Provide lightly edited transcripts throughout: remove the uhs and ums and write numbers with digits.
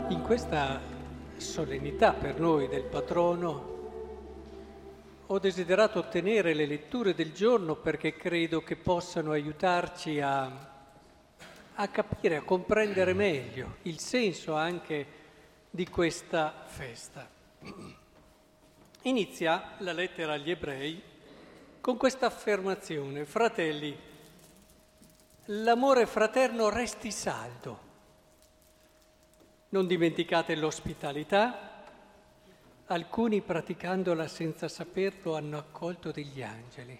In questa solennità per noi del patrono ho desiderato ottenere le letture del giorno perché credo che possano aiutarci a capire, a comprendere meglio il senso anche di questa festa. Inizia la lettera agli Ebrei con questa affermazione: fratelli, l'amore fraterno resti saldo. Non dimenticate l'ospitalità, alcuni praticandola senza saperlo hanno accolto degli angeli.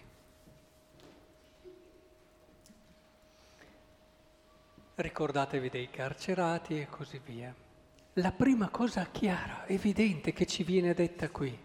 Ricordatevi dei carcerati e così via. La prima cosa chiara, evidente che ci viene detta qui: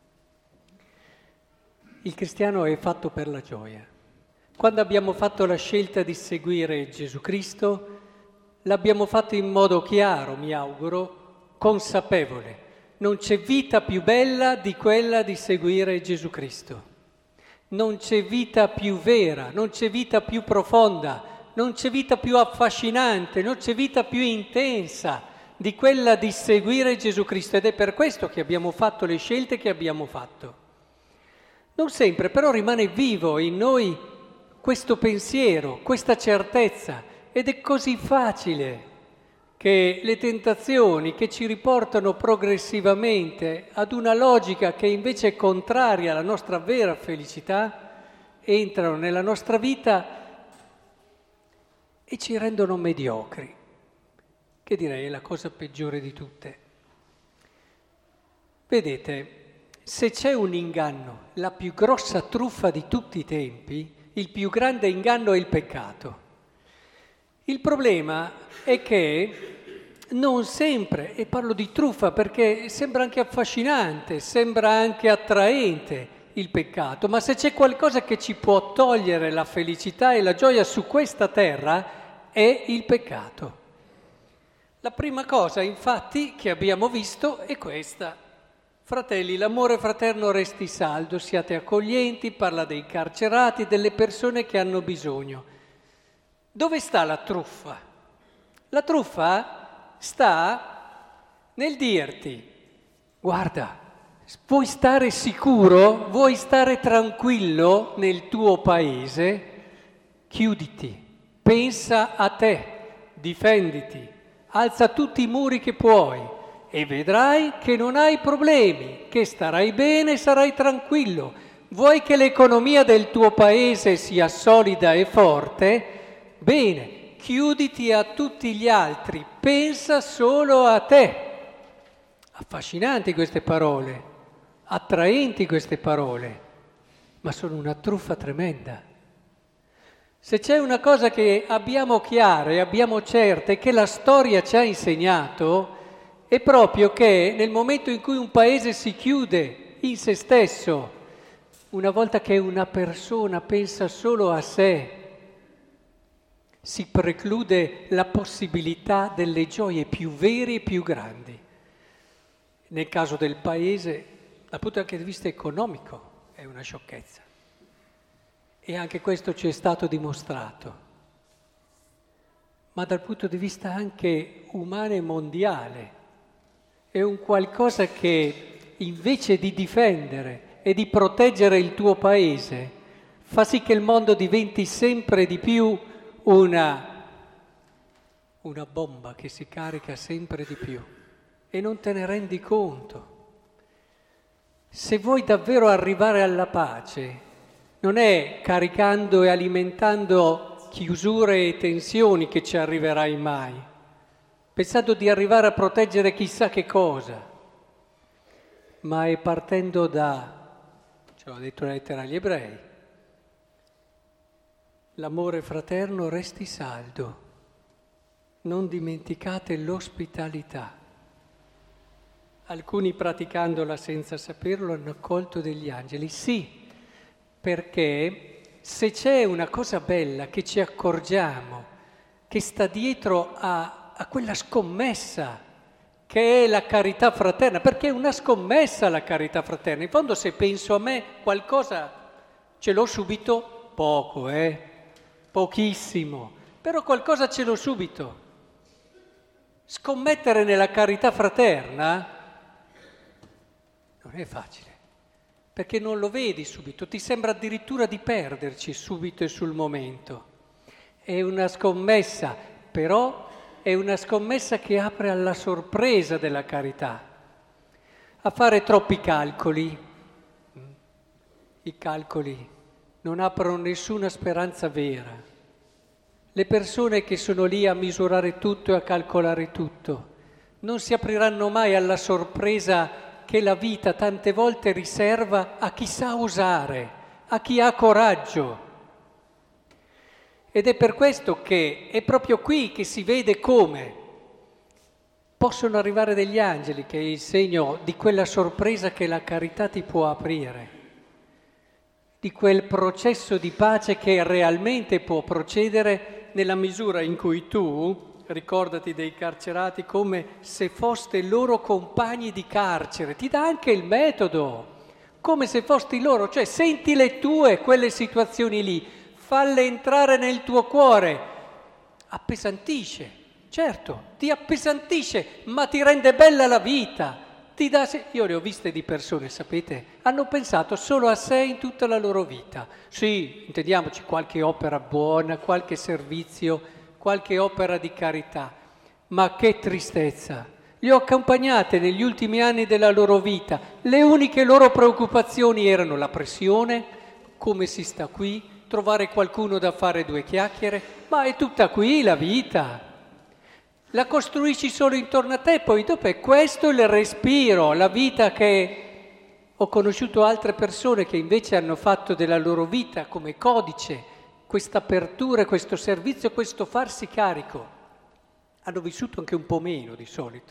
il cristiano è fatto per la gioia. Quando abbiamo fatto la scelta di seguire Gesù Cristo, l'abbiamo fatto in modo chiaro, mi auguro, consapevole. Non c'è vita più bella di quella di seguire Gesù Cristo. Non c'è vita più vera, non c'è vita più profonda, non c'è vita più affascinante, non c'è vita più intensa di quella di seguire Gesù Cristo. Ed è per questo che abbiamo fatto le scelte che abbiamo fatto. Non sempre, però rimane vivo in noi questo pensiero, questa certezza. Ed è così facile che le tentazioni che ci riportano progressivamente ad una logica che invece è contraria alla nostra vera felicità entrano nella nostra vita e ci rendono mediocri, che direi è la cosa peggiore di tutte. Vedete, se c'è un inganno, la più grossa truffa di tutti i tempi, il più grande inganno è il peccato. Il problema è che non sempre, e parlo di truffa perché sembra anche affascinante, sembra anche attraente il peccato, ma se c'è qualcosa che ci può togliere la felicità e la gioia su questa terra è il peccato. La prima cosa, infatti, che abbiamo visto è questa: fratelli, l'amore fraterno resti saldo, siate accoglienti, parla dei carcerati, delle persone che hanno bisogno. Dove sta la truffa? La truffa sta nel dirti: guarda, vuoi stare sicuro, vuoi stare tranquillo nel tuo paese, chiuditi, pensa a te, difenditi, alza tutti i muri che puoi e vedrai che non hai problemi, che starai bene, sarai tranquillo. Vuoi che l'economia del tuo paese sia solida e forte? Bene, chiuditi a tutti gli altri, pensa solo a te. Affascinanti queste parole, attraenti queste parole, ma sono una truffa tremenda. Se c'è una cosa che abbiamo chiara e abbiamo certa e che la storia ci ha insegnato, è proprio che nel momento in cui un paese si chiude in se stesso, una volta che una persona pensa solo a sé, si preclude la possibilità delle gioie più vere e più grandi. Nel caso del paese, dal punto anche di vista economico, è una sciocchezza. E anche questo ci è stato dimostrato. Ma dal punto di vista anche umano e mondiale, è un qualcosa che invece di difendere e di proteggere il tuo paese, fa sì che il mondo diventi sempre di più una bomba che si carica sempre di più e non te ne rendi conto. Se vuoi davvero arrivare alla pace, non è caricando e alimentando chiusure e tensioni che ci arriverai mai, pensando di arrivare a proteggere chissà che cosa, ma è partendo ce l'ho detto nella lettera agli Ebrei, l'amore fraterno resti saldo, non dimenticate l'ospitalità. Alcuni praticandola senza saperlo hanno accolto degli angeli. Sì, perché se c'è una cosa bella che ci accorgiamo, che sta dietro a quella scommessa che è la carità fraterna, perché è una scommessa la carità fraterna. In fondo, se penso a me, qualcosa ce l'ho subito, poco, pochissimo, però qualcosa ce l'ho subito. Scommettere nella carità fraterna non è facile, perché non lo vedi subito, ti sembra addirittura di perderci subito e sul momento. È una scommessa, però è una scommessa che apre alla sorpresa della carità. A fare troppi calcoli, i calcoli non aprono nessuna speranza vera. Le persone che sono lì a misurare tutto e a calcolare tutto non si apriranno mai alla sorpresa che la vita tante volte riserva a chi sa osare, a chi ha coraggio. Ed è per questo che è proprio qui che si vede come possono arrivare degli angeli, che è il segno di quella sorpresa che la carità ti può aprire, di quel processo di pace che realmente può procedere nella misura in cui tu, ricordati dei carcerati come se foste loro compagni di carcere, ti dà anche il metodo, come se fosti loro, cioè senti le tue quelle situazioni lì, falle entrare nel tuo cuore, appesantisce, certo, ti appesantisce, ma ti rende bella la vita. Io le ho viste di persone, sapete, hanno pensato solo a sé in tutta la loro vita. Sì, intendiamoci, qualche opera buona, qualche servizio, qualche opera di carità, ma che tristezza. Li ho accompagnate negli ultimi anni della loro vita. Le uniche loro preoccupazioni erano la pressione, come si sta qui, trovare qualcuno da fare due chiacchiere, ma è tutta qui la vita. La costruisci solo intorno a te, poi dopo è questo il respiro, la vita che... Ho conosciuto altre persone che invece hanno fatto della loro vita come codice questa apertura, questo servizio, questo farsi carico. Hanno vissuto anche un po' meno di solito,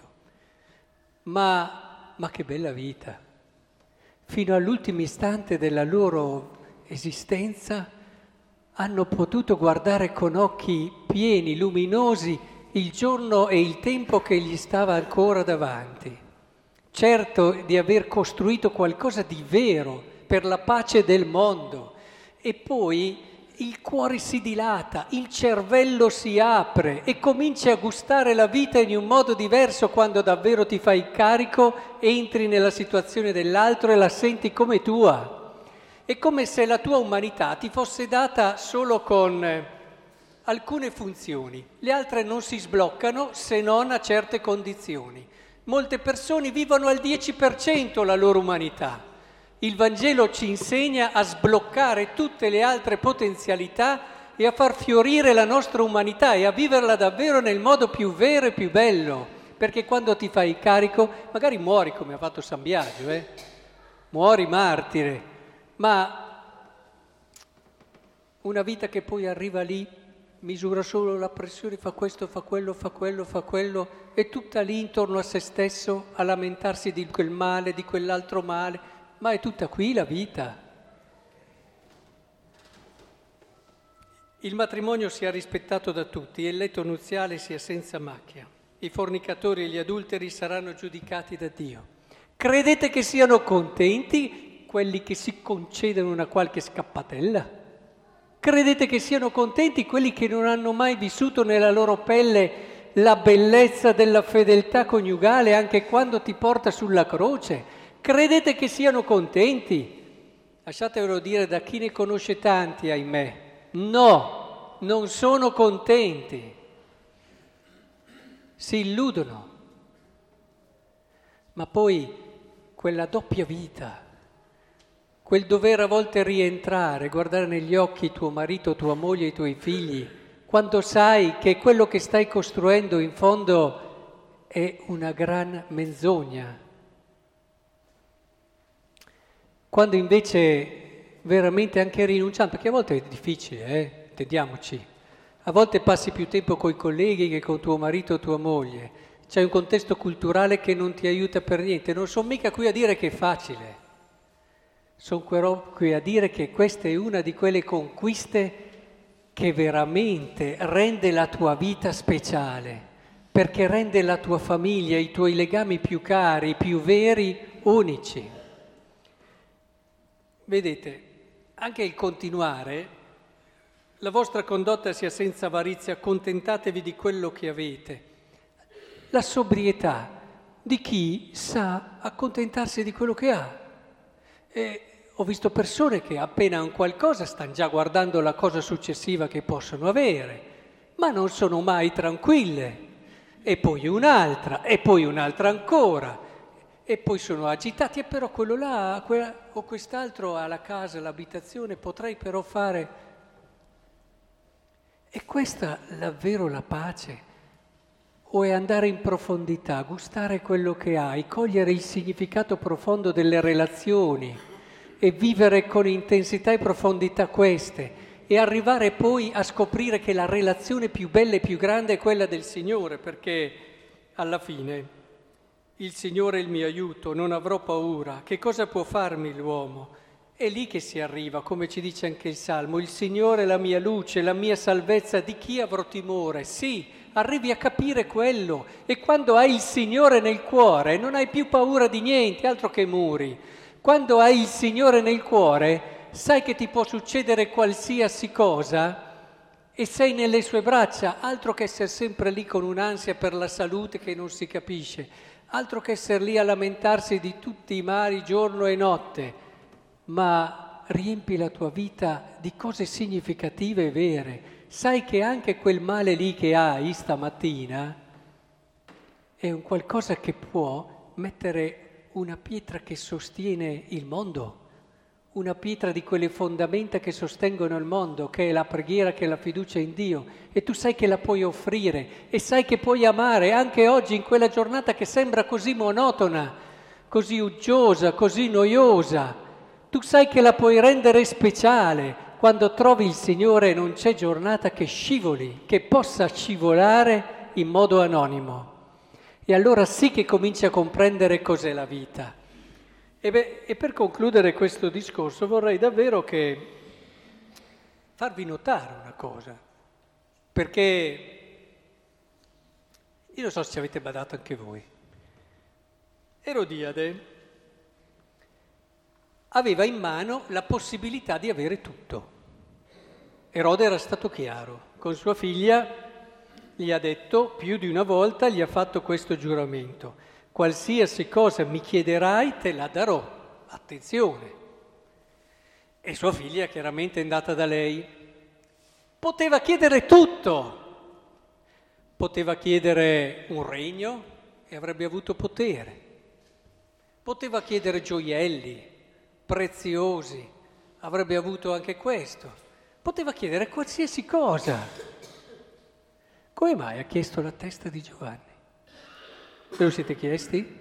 ma che bella vita. Fino all'ultimo istante della loro esistenza hanno potuto guardare con occhi pieni, luminosi, il giorno e il tempo che gli stava ancora davanti. Certo di aver costruito qualcosa di vero per la pace del mondo. E poi il cuore si dilata, il cervello si apre e cominci a gustare la vita in un modo diverso quando davvero ti fai carico, entri nella situazione dell'altro e la senti come tua. È come se la tua umanità ti fosse data solo con alcune funzioni, le altre non si sbloccano se non a certe condizioni. Molte persone vivono al 10% la loro umanità. Il Vangelo ci insegna a sbloccare tutte le altre potenzialità e a far fiorire la nostra umanità e a viverla davvero nel modo più vero e più bello. Perché quando ti fai carico, magari muori come ha fatto San Biagio, muori martire, ma una vita che poi arriva lì, misura solo la pressione, fa questo, fa quello, fa quello, fa quello, e tutta lì intorno a se stesso a lamentarsi di quel male, di quell'altro male, ma è tutta qui la vita. Il matrimonio sia rispettato da tutti e il letto nuziale sia senza macchia. I fornicatori e gli adulteri saranno giudicati da Dio. Credete che siano contenti quelli che si concedono una qualche scappatella? Credete che siano contenti quelli che non hanno mai vissuto nella loro pelle la bellezza della fedeltà coniugale anche quando ti porta sulla croce? Credete che siano contenti? Lasciatevelo dire da chi ne conosce tanti, ahimè. No, non sono contenti. Si illudono. Ma poi quella doppia vita, quel dover a volte rientrare, guardare negli occhi tuo marito, tua moglie, i tuoi figli, quando sai che quello che stai costruendo in fondo è una gran menzogna. Quando invece veramente anche rinunciando, perché a volte è difficile, intendiamoci, a volte passi più tempo coi colleghi che con tuo marito o tua moglie, c'è un contesto culturale che non ti aiuta per niente, non sono mica qui a dire che è facile. Sono qui a dire che questa è una di quelle conquiste che veramente rende la tua vita speciale, perché rende la tua famiglia, i tuoi legami più cari, più veri, unici. Vedete, anche il continuare, la vostra condotta sia senza avarizia, accontentatevi di quello che avete. la sobrietà di chi sa accontentarsi di quello che ha. E ho visto persone che appena hanno qualcosa stanno già guardando la cosa successiva che possono avere, ma non sono mai tranquille. E poi un'altra, e poi un'altra ancora. E poi sono agitati, e però quello là o quest'altro ha la casa, l'abitazione, potrei però fare. E questa davvero la pace? O è andare in profondità, gustare quello che hai, cogliere il significato profondo delle relazioni e vivere con intensità e profondità queste e arrivare poi a scoprire che la relazione più bella e più grande è quella del Signore, perché alla fine il Signore è il mio aiuto, non avrò paura, che cosa può farmi l'uomo? È lì che si arriva, come ci dice anche il Salmo, il Signore è la mia luce, la mia salvezza, di chi avrò timore? Sì, arrivi a capire quello, e quando hai il Signore nel cuore non hai più paura di niente, altro che muri. Quando hai il Signore nel cuore sai che ti può succedere qualsiasi cosa e sei nelle sue braccia, altro che essere sempre lì con un'ansia per la salute che non si capisce, altro che essere lì a lamentarsi di tutti i mali giorno e notte. Ma riempi la tua vita di cose significative e vere. Sai che anche quel male lì che hai stamattina è un qualcosa che può mettere una pietra che sostiene il mondo, una pietra di quelle fondamenta che sostengono il mondo, che è la preghiera, che è la fiducia in Dio, e tu sai che la puoi offrire e sai che puoi amare anche oggi in quella giornata che sembra così monotona, così uggiosa, così noiosa. Tu sai che la puoi rendere speciale. Quando trovi il Signore non c'è giornata che scivoli, che possa scivolare in modo anonimo. E allora sì che cominci a comprendere cos'è la vita. E per concludere questo discorso vorrei davvero farvi notare una cosa, perché io non so se ci avete badato anche voi. Erodiade aveva in mano la possibilità di avere tutto. Erode era stato chiaro, con sua figlia gli ha detto più di una volta, gli ha fatto questo giuramento: qualsiasi cosa mi chiederai te la darò, attenzione. E sua figlia chiaramente è andata da lei. Poteva chiedere tutto, poteva chiedere un regno e avrebbe avuto potere, poteva chiedere gioielli preziosi, avrebbe avuto anche questo, poteva chiedere qualsiasi cosa. Come mai ha chiesto la testa di Giovanni? Ve lo siete chiesti?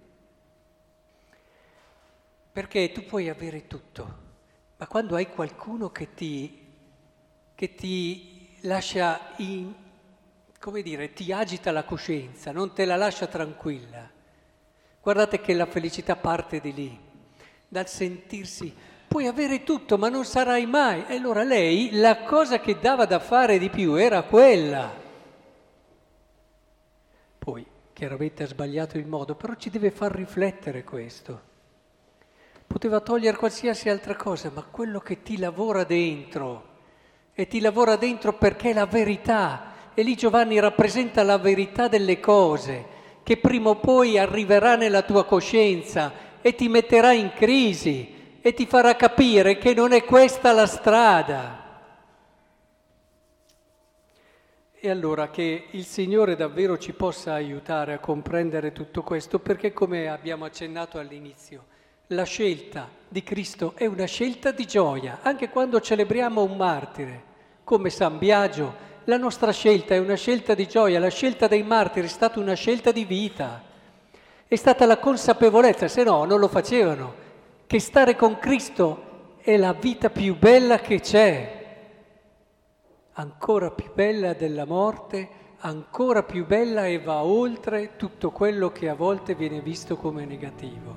Perché tu puoi avere tutto, ma quando hai qualcuno che ti lascia ti agita la coscienza, non te la lascia tranquilla. Guardate che la felicità parte di lì, dal sentirsi, puoi avere tutto ma non sarai mai. E allora lei, la cosa che dava da fare di più era quella. Poi, chiaramente ha sbagliato il modo, però ci deve far riflettere questo. Poteva togliere qualsiasi altra cosa, ma quello che ti lavora dentro, e ti lavora dentro perché è la verità. E lì Giovanni rappresenta la verità delle cose, che prima o poi arriverà nella tua coscienza e ti metterà in crisi e ti farà capire che non è questa la strada. E allora che il Signore davvero ci possa aiutare a comprendere tutto questo, perché come abbiamo accennato all'inizio, la scelta di Cristo è una scelta di gioia, anche quando celebriamo un martire, come San Biagio. La nostra scelta è una scelta di gioia, la scelta dei martiri è stata una scelta di vita, è stata la consapevolezza, se no non lo facevano, che stare con Cristo è la vita più bella che c'è, ancora più bella della morte, ancora più bella e va oltre tutto quello che a volte viene visto come negativo.